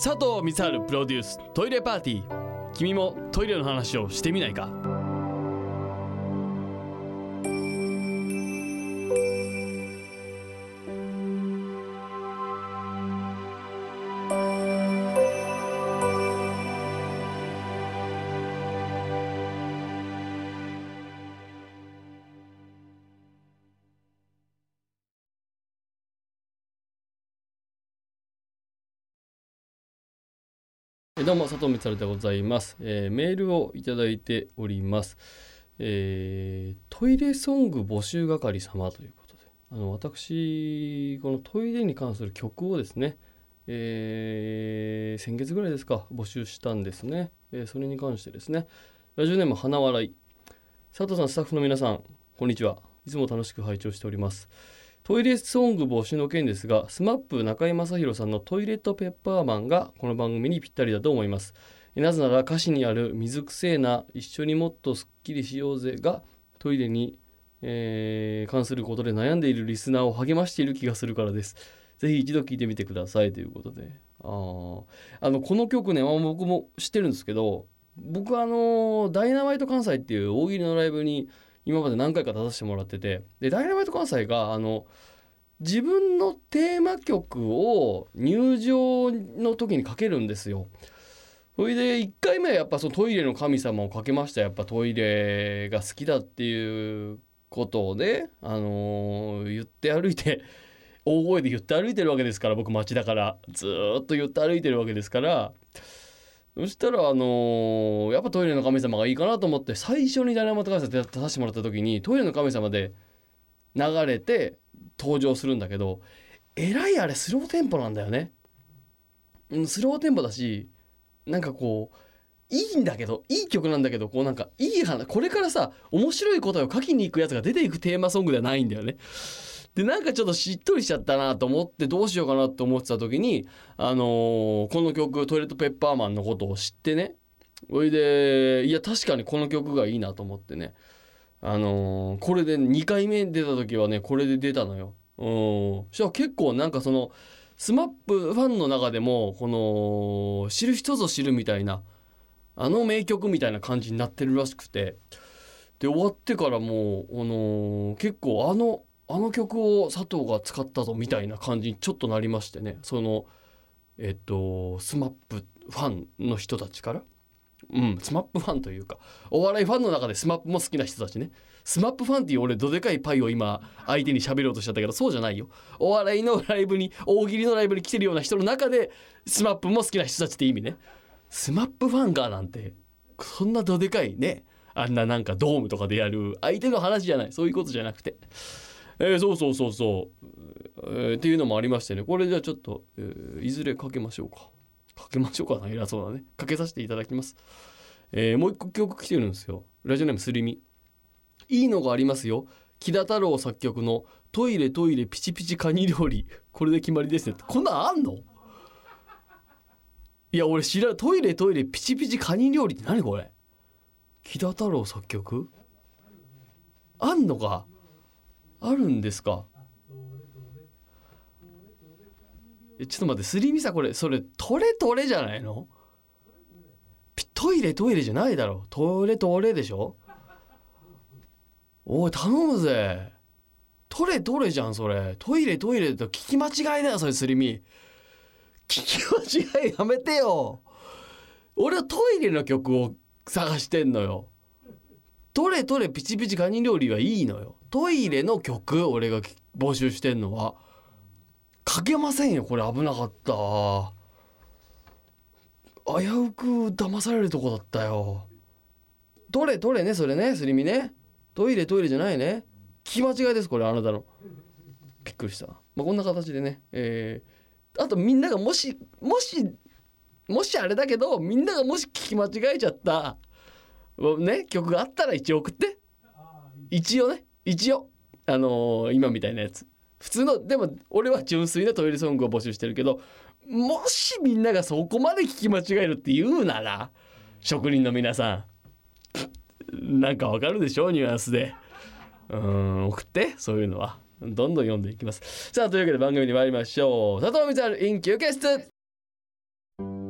佐藤光晴プロデューストイレパーティー。君もトイレの話をしてみないか。どうも佐藤光晴でございます。メールをいただいております。トイレソング募集係様ということで、私このトイレに関する曲をですね、先月ぐらいですか募集したんですね。それに関してですね、ラジオネーム花笑い。佐藤さん、スタッフの皆さん、こんにちは。いつも楽しく拝聴しております。トイレソング募集の件ですが、SMAP 中居正広さんのトイレットペッパーマンがこの番組にぴったりだと思います。なぜなら歌詞にある水くせえな一緒にもっとすっきりしようぜがトイレに、関することで悩んでいるリスナーを励ましている気がするからです。ぜひ一度聴いてみてくださいということで、この曲ね、僕も知ってるんですけど、僕ダイナマイト関西っていう大喜利のライブに今まで何回か出させてもらってて、でダイナマイト関西が自分のテーマ曲を入場の時にかけるんですよ。それで1回目はやっぱそのトイレの神様をかけました。やっぱトイレが好きだっていうことをね、言って歩いて、大声で言って歩いてるわけですから、僕街だからずっと言って歩いてるわけですから、そしたらやっぱトイレの神様がいいかなと思って、最初にダイナマイト関西で出させてもらった時にトイレの神様で流れて登場するんだけど、えらいあれスローテンポなんだよね。スローテンポだし、なんかこういいんだけど、いい曲なんだけど、こうなんかいい話、これからさ面白い答えを書きに行くやつが出ていくテーマソングではないんだよね。でなんかちょっとしっとりしちゃったなと思って、どうしようかなと思ってた時にこの曲トイレットペッパーマンのことを知ってね、それでいや確かにこの曲がいいなと思ってね、これで2回目出た時はねこれで出たのよ。そしたら結構なんかそのSMAP ファンの中でもこの知る人ぞ知るみたいな名曲みたいな感じになってるらしくて、で終わってからもう結構あの曲を佐藤が使ったぞみたいな感じにちょっとなりましてね、そのSMAP ファンの人たちから、SMAP ファンというかお笑いファンの中で SMAP も好きな人たちね。SMAP ファンっていう俺どでかいパイを今相手に喋ろうとしちゃったけど、そうじゃないよ。お笑いのライブに、大喜利のライブに来てるような人の中で SMAP も好きな人たちって意味ね。SMAP ファンがなんてそんなどでかいね、あんななんかドームとかでやる相手の話じゃない、そういうことじゃなくて、そうっていうのもありましてね、これじゃあちょっと、いずれかけましょうかな、偉そうだね、かけさせていただきます。もう一個曲来てるんですよ。ラジオネームすりみ。いいのがありますよ。木田太郎作曲のトイレピチピチカニ料理、これで決まりですね。こんなんあんの？いや俺知らん。トイレピチピチカニ料理って何これ。木田太郎作曲あんのか、あるんですか。ちょっと待って、すりみさ、これそれトレじゃないの？トイレじゃないだろ。トレでしょ。おい頼むぜ。トレじゃんそれ。トイレと聞き間違いだよそれ。すりみ聞き間違いやめてよ。俺はトイレの曲を探してんのよ。トレピチピチカニ料理はいいのよ。トイレの曲俺が募集してんのはかけませんよ。これ危なかった。危うく騙されるとこだったよ。トレね、それね、すりみね。トイレじゃないね。聞き間違いですこれ、あなたの。びっくりした。こんな形でね、あとみんながもしあれだけど、みんながもし聞き間違えちゃったね曲があったら一応送って。一応今みたいなやつ、普通の。でも俺は純粋なトイレソングを募集してるけど、もしみんながそこまで聞き間違えるって言うなら、職人の皆さんなんかわかるでしょ、ニュアンスで。送って。そういうのはどんどん読んでいきます。さあというわけで番組に参りましょう。佐藤光晴イン休憩室。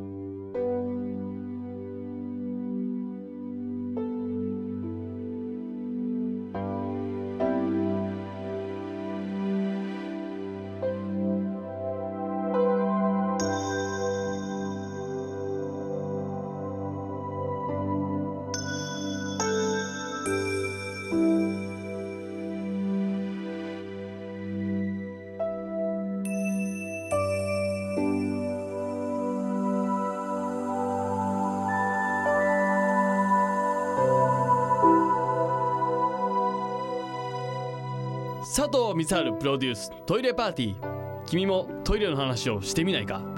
佐藤光晴プロデューストイレパーティー、君もトイレの話をしてみないか。